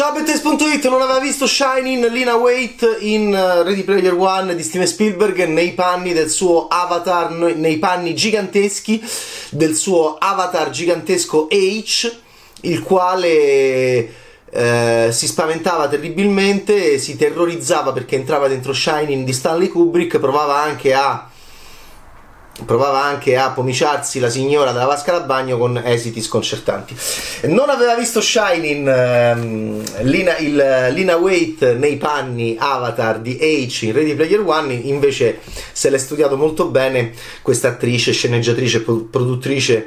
Ciao Bettes.it, non aveva visto Shining Lena Waithe in Ready Player One di Steven Spielberg nei panni del suo avatar, nei panni giganteschi del suo avatar gigantesco H, il quale si spaventava terribilmente, si terrorizzava perché entrava dentro Shining di Stanley Kubrick, provava anche a pomiciarsi la signora della vasca da bagno con esiti sconcertanti. Non aveva visto Shining Lena Waithe nei panni avatar di H in Ready Player One, invece se l'è studiato molto bene questa attrice, sceneggiatrice, produttrice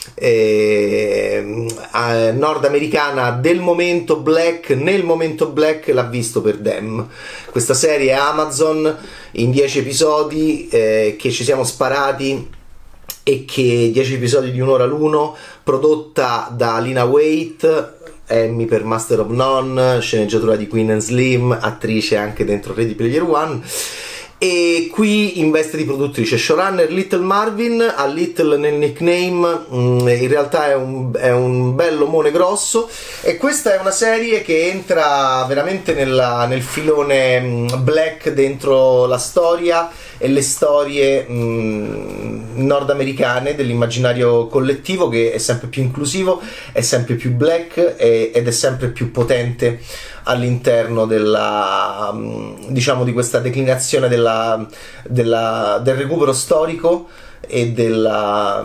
nordamericana del momento black. Nel momento black l'ha visto per Them, questa serie Amazon in 10 episodi che ci siamo sparati, e che 10 episodi di un'ora l'uno, prodotta da Lena Waithe, Emmy per Master of None, sceneggiatura di Queen and Slim, attrice anche dentro Ready Player One. E qui in veste di produttrice, showrunner Little Marvin, ha Little nel nickname, in realtà è un bell'omone grosso, e questa è una serie che entra veramente nel filone black dentro la storia e le storie nordamericane dell'immaginario collettivo, che è sempre più inclusivo, è sempre più black ed è sempre più potente all'interno della, diciamo, di questa declinazione del recupero storico e della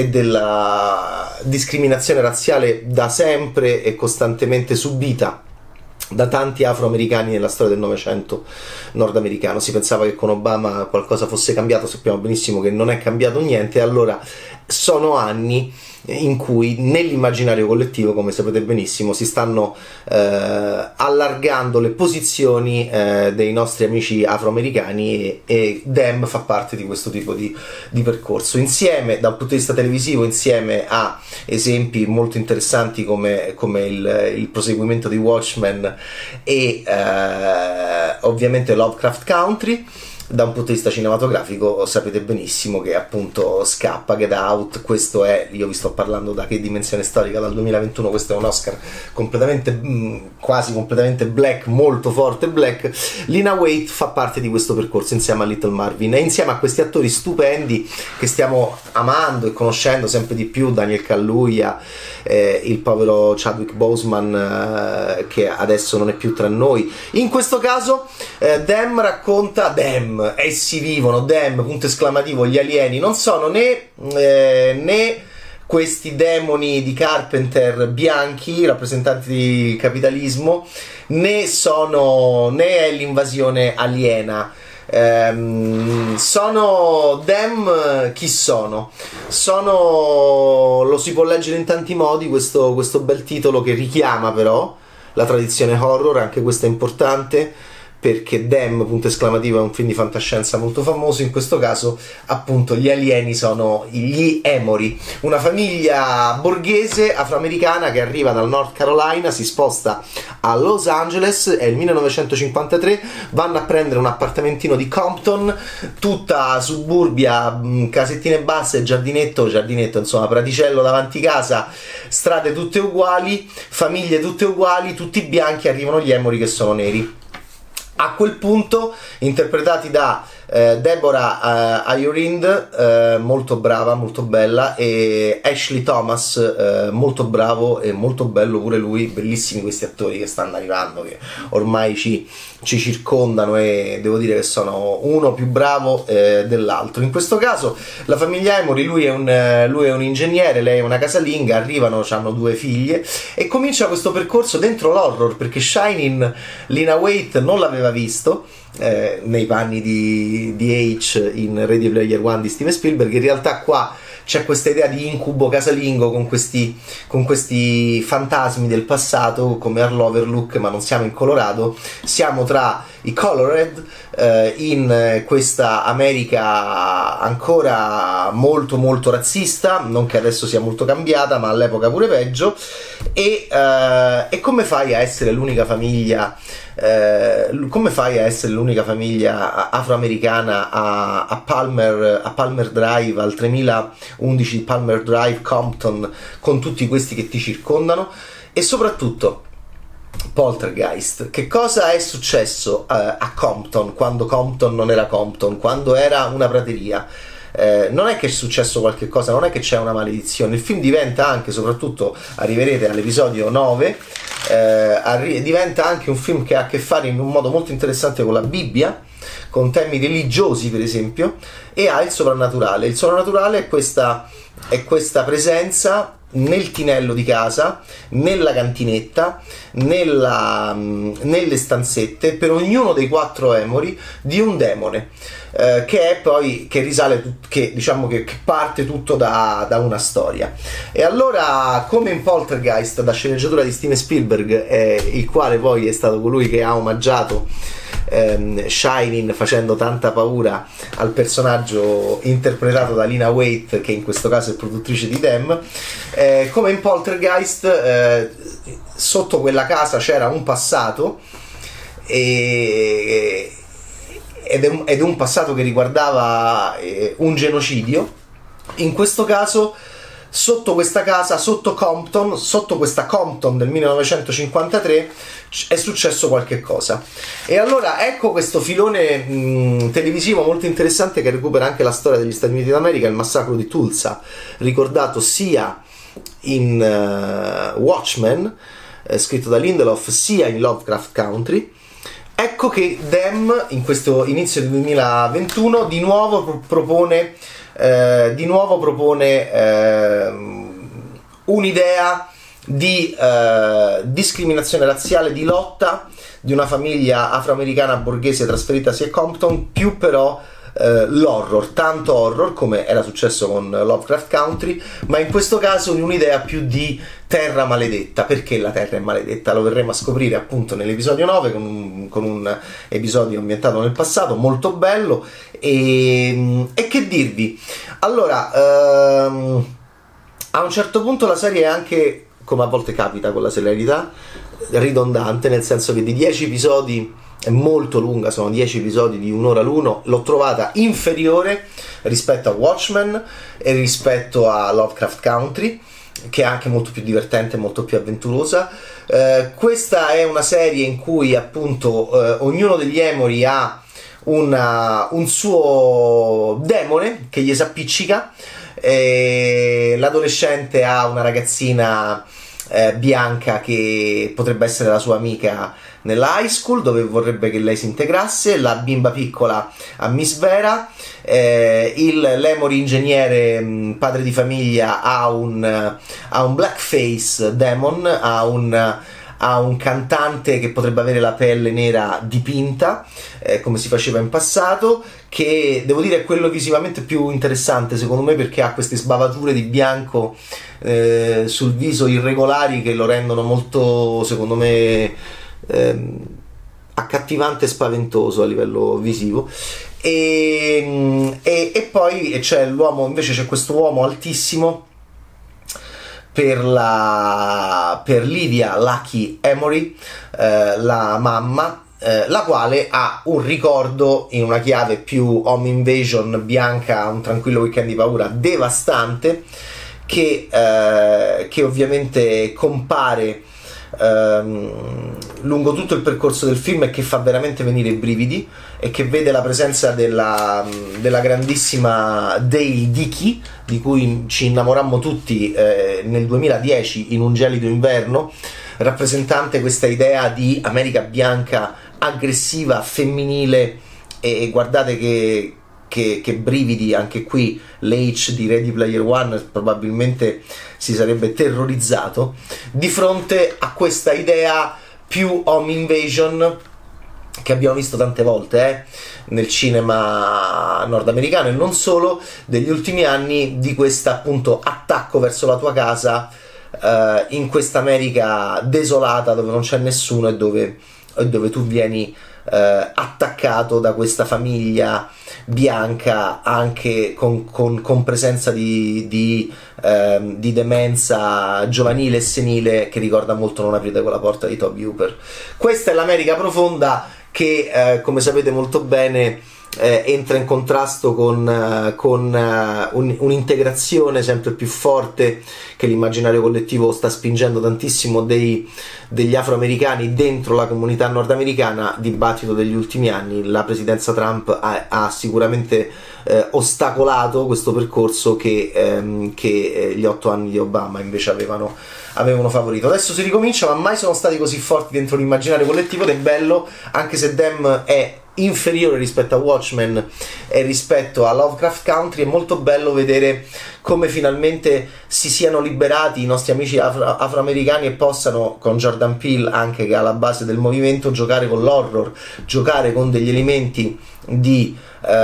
discriminazione razziale da sempre e costantemente subita da tanti afroamericani nella storia del Novecento nordamericano. Si pensava che con Obama qualcosa fosse cambiato, sappiamo benissimo che non è cambiato niente. Allora sono anni in cui nell'immaginario collettivo, come sapete benissimo, si stanno allargando le posizioni dei nostri amici afroamericani, e Them fa parte di questo tipo di percorso, insieme dal punto di vista televisivo, insieme a esempi molto interessanti come il proseguimento di Watchmen e ovviamente Lovecraft Country. Da un punto di vista cinematografico sapete benissimo che appunto scappa Get Out. Questo è, io vi sto parlando da che dimensione storica, dal 2021, questo è un Oscar completamente, quasi completamente black, molto forte black. Lena Waithe fa parte di questo percorso insieme a Little Marvin e insieme a questi attori stupendi che stiamo amando e conoscendo sempre di più, Daniel Kaluuya, il povero Chadwick Boseman che adesso non è più tra noi. In questo caso Them racconta essi vivono, Them, punto esclamativo, gli alieni non sono né questi demoni di Carpenter bianchi, rappresentanti di capitalismo, né è l'invasione aliena. Sono Them. Chi sono? Lo si può leggere in tanti modi, questo bel titolo che richiama però la tradizione horror, anche questo è importante, perché Them, punto esclamativo, è un film di fantascienza molto famoso. In questo caso appunto gli alieni sono gli Emory, una famiglia borghese afroamericana che arriva dal North Carolina, si sposta a Los Angeles, è il 1953, vanno a prendere un appartamentino di Compton, tutta suburbia, casettine basse, giardinetto insomma, praticello davanti casa, strade tutte uguali, famiglie tutte uguali, tutti bianchi. Arrivano gli Emory che sono neri. A quel punto, interpretati da Deborah Ayorind, molto brava, molto bella, e Ashley Thomas, molto bravo e molto bello pure lui. Bellissimi questi attori che stanno arrivando, che ormai ci circondano, e devo dire che sono uno più bravo dell'altro. In questo caso la famiglia Emory, lui è un ingegnere, lei è una casalinga, arrivano, hanno 2 figlie e comincia questo percorso dentro l'horror, perché Shining Lena Waithe non l'aveva visto nei panni di H in Ready Player One di Steven Spielberg. In realtà qua c'è questa idea di incubo casalingo con questi fantasmi del passato come Overlook, ma non siamo in Colorado, siamo tra i Colored, in questa America ancora molto molto razzista, non che adesso sia molto cambiata, ma all'epoca pure peggio. E come fai a essere l'unica famiglia afroamericana a Palmer Drive, al 3011 Palmer Drive, Compton, con tutti questi che ti circondano? E soprattutto Poltergeist. Che cosa è successo a Compton, quando Compton non era Compton, quando era una prateria? Non è che è successo qualche cosa, non è che c'è una maledizione. Il film diventa anche, soprattutto arriverete all'episodio 9, diventa anche un film che ha a che fare in un modo molto interessante con la Bibbia, con temi religiosi per esempio, e ha il soprannaturale. Il soprannaturale è questa presenza nel tinello di casa, nella cantinetta, nelle stanzette, per ognuno dei 4 Emory, di un demone, che è poi, che risale, che diciamo che parte tutto da una storia. E allora, come in Poltergeist, da sceneggiatura di Steven Spielberg, il quale poi è stato colui che ha omaggiato Shining, facendo tanta paura al personaggio interpretato da Lena Waithe, che in questo caso è produttrice di Them, come in Poltergeist, sotto quella casa c'era un passato, ed è un passato che riguardava un genocidio. In questo caso, sotto questa casa, sotto questa Compton del 1953, è successo qualche cosa. E allora ecco questo filone televisivo molto interessante, che recupera anche la storia degli Stati Uniti d'America, il massacro di Tulsa, ricordato sia in Watchmen, scritto da Lindelof, sia in Lovecraft Country. Ecco che Them, in questo inizio del 2021, di nuovo propone un'idea di discriminazione razziale, di lotta di una famiglia afroamericana borghese trasferitasi a Compton, più però l'horror, tanto horror come era successo con Lovecraft Country, ma in questo caso un'idea più di terra maledetta. Perché la terra è maledetta? Lo verremo a scoprire appunto nell'episodio 9, con un episodio ambientato nel passato molto bello. E che dirvi? Allora, a un certo punto la serie è anche, come a volte capita con la serialità, ridondante, nel senso che di 10 episodi è molto lunga, sono 10 episodi di un'ora l'uno. L'ho trovata inferiore rispetto a Watchmen e rispetto a Lovecraft Country, che è anche molto più divertente, molto più avventurosa. Questa è una serie in cui appunto ognuno degli Emory ha un suo demone che gli si appiccica. L'adolescente ha una ragazzina bianca che potrebbe essere la sua amica nella high school, dove vorrebbe che lei si integrasse. La bimba piccola a Miss Vera, l'Emory ingegnere, padre di famiglia, ha un blackface demon, ha un cantante che potrebbe avere la pelle nera dipinta, come si faceva in passato, che devo dire è quello visivamente più interessante secondo me, perché ha queste sbavature di bianco sul viso irregolari che lo rendono molto, secondo me, accattivante e spaventoso a livello visivo. E poi c'è l'uomo, invece c'è questo uomo altissimo per Lydia Lucky Emory, la mamma, la quale ha un ricordo in una chiave più home invasion bianca, un tranquillo weekend di paura devastante, che ovviamente compare lungo tutto il percorso del film, e che fa veramente venire i brividi, e che vede la presenza della grandissima Dale Dickey, di cui ci innamorammo tutti nel 2010 in Un gelido inverno, rappresentante questa idea di America bianca aggressiva, femminile, e guardate che brividi anche qui. L'H di Ready Player One probabilmente si sarebbe terrorizzato di fronte a questa idea più home invasion che abbiamo visto tante volte nel cinema nordamericano e non solo degli ultimi anni, di questo appunto attacco verso la tua casa in questa America desolata, dove non c'è nessuno e dove tu vieni attaccato da questa famiglia bianca, anche con presenza di demenza giovanile e senile, che ricorda molto Non aprite quella porta di Toby Hooper. Questa è l'America profonda che come sapete molto bene entra in contrasto con un'integrazione sempre più forte che l'immaginario collettivo sta spingendo tantissimo degli afroamericani dentro la comunità nordamericana. Dibattito degli ultimi anni, la presidenza Trump ha sicuramente ostacolato questo percorso che gli 8 anni di Obama invece avevano favorito. Adesso si ricomincia, ma mai sono stati così forti dentro l'immaginario collettivo, ed è bello, anche se Them è inferiore rispetto a Watchmen e rispetto a Lovecraft Country. È molto bello vedere come finalmente si siano liberati i nostri amici afroamericani e possano, con Jordan Peele anche, che è alla base del movimento, giocare con l'horror, giocare con degli elementi di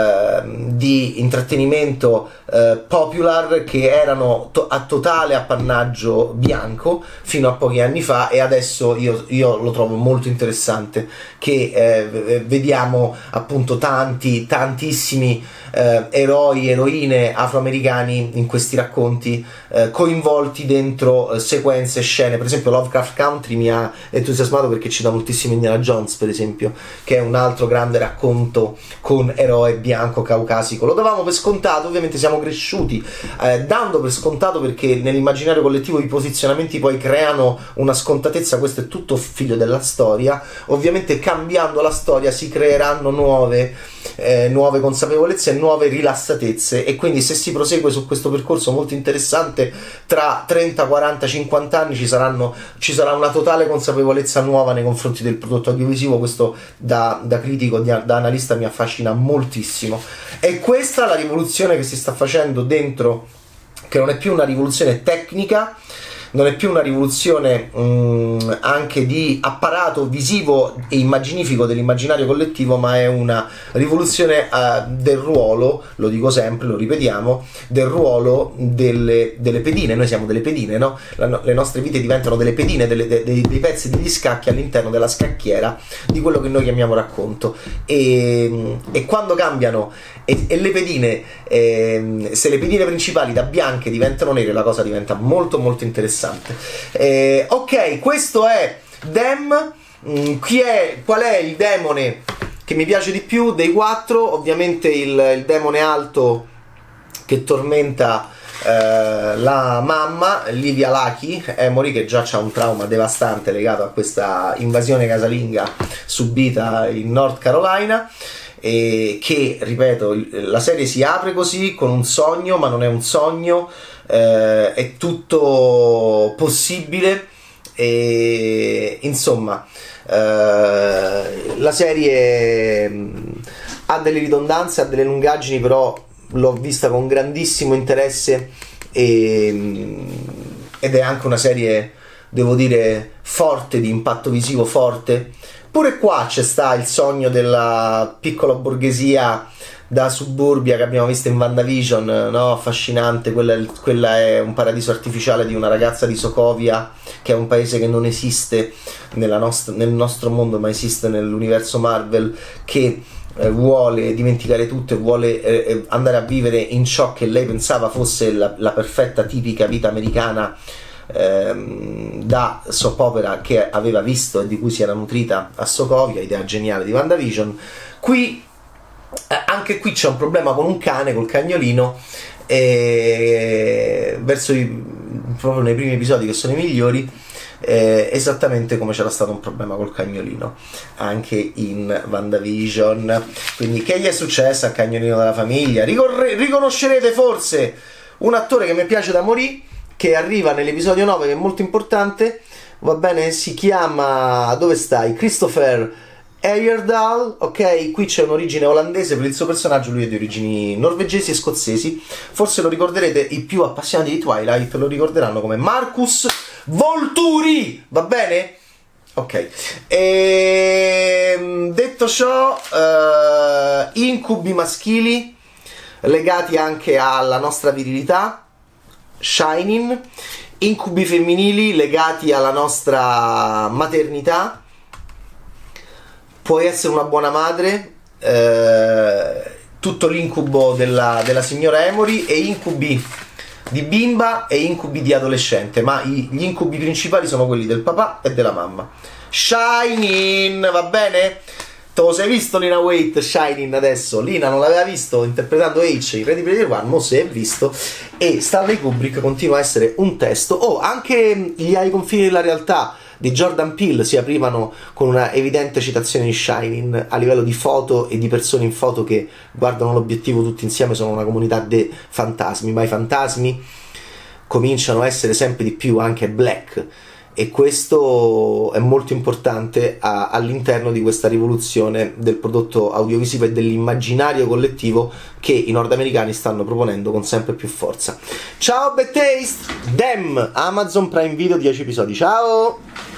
intrattenimento popular che erano a totale appannaggio bianco fino a pochi anni fa, e adesso io lo trovo molto interessante che vediamo appunto tantissimi eroi, eroine afroamericani in questi racconti, coinvolti dentro sequenze, scene. Per esempio Lovecraft Country mi ha entusiasmato perché ci dà moltissimo Indiana Jones, per esempio, che è un altro grande racconto con eroe bianco caucasico. Lo davamo per scontato, ovviamente siamo cresciuti dando per scontato, perché nell'immaginario collettivo i posizionamenti poi creano una scontatezza. Questo è tutto figlio della storia. Ovviamente cambiando la storia si creeranno nuove consapevolezze e nuove rilassatezze, e quindi se si prosegue su questo percorso molto interessante, tra 30, 40, 50 anni ci sarà una totale consapevolezza nuova nei confronti del prodotto audiovisivo. Questo da critico, da analista, mi affascina moltissimo. E questa è la rivoluzione che si sta facendo dentro, che non è più una rivoluzione tecnica, non è più una rivoluzione anche di apparato visivo e immaginifico dell'immaginario collettivo, ma è una rivoluzione del ruolo, lo dico sempre, lo ripetiamo, del ruolo delle pedine. Noi siamo delle pedine, no? Le nostre vite diventano delle pedine, dei pezzi degli scacchi all'interno della scacchiera di quello che noi chiamiamo racconto, e quando cambiano e le pedine, se le pedine principali da bianche diventano nere, la cosa diventa molto molto interessante. Ok, questo è Them. Qual è il demone che mi piace di più dei 4? Ovviamente il demone alto che tormenta la mamma, Livia Lucky Emory, che già ha un trauma devastante legato a questa invasione casalinga subita in North Carolina. E che, ripeto, la serie si apre così, con un sogno, ma non è un sogno, è tutto possibile, e insomma la serie ha delle ridondanze, ha delle lungaggini, però l'ho vista con grandissimo interesse, ed è anche una serie, devo dire, forte, di impatto visivo forte. Pure qua c'è sta il sogno della piccola borghesia da suburbia che abbiamo visto in WandaVision, no? Affascinante. Quella è un paradiso artificiale di una ragazza di Sokovia, che è un paese che non esiste nel nostro mondo, ma esiste nell'universo Marvel, che vuole dimenticare tutto e vuole andare a vivere in ciò che lei pensava fosse la perfetta, tipica vita americana, da soap opera che aveva visto e di cui si era nutrita a Sokovia, idea geniale di WandaVision. Anche qui c'è un problema con un cane, col cagnolino, proprio nei primi episodi, che sono i migliori, esattamente come c'era stato un problema col cagnolino anche in WandaVision. Quindi che gli è successo al cagnolino della famiglia? Riconoscerete forse un attore che mi piace da morì, che arriva nell'episodio 9, che è molto importante, va bene? Si chiama, dove stai? Christopher Heyerdahl, ok? Qui c'è un'origine olandese per il suo personaggio, lui è di origini norvegesi e scozzesi. Forse lo ricorderete, i più appassionati di Twilight lo ricorderanno come Marcus Volturi, va bene? Ok, detto ciò, incubi maschili legati anche alla nostra virilità, Shining, incubi femminili legati alla nostra maternità, puoi essere una buona madre, tutto l'incubo della signora Emory, e incubi di bimba e incubi di adolescente, ma gli incubi principali sono quelli del papà e della mamma. Shining, va bene? te lo sei visto Lina Waithe Shining adesso? Lina non l'aveva visto interpretando H in Ready Player One, mo si è visto. E Stanley Kubrick continua a essere un testo. Anche Gli ai confini della realtà di Jordan Peele si aprivano con una evidente citazione di Shining a livello di foto e di persone in foto che guardano l'obiettivo tutti insieme, sono una comunità di fantasmi, ma i fantasmi cominciano a essere sempre di più anche black, e questo è molto importante all'interno di questa rivoluzione del prodotto audiovisivo e dell'immaginario collettivo che i nordamericani stanno proponendo con sempre più forza. Ciao Bad Taste! Dem! Amazon Prime Video, 10 episodi, ciao!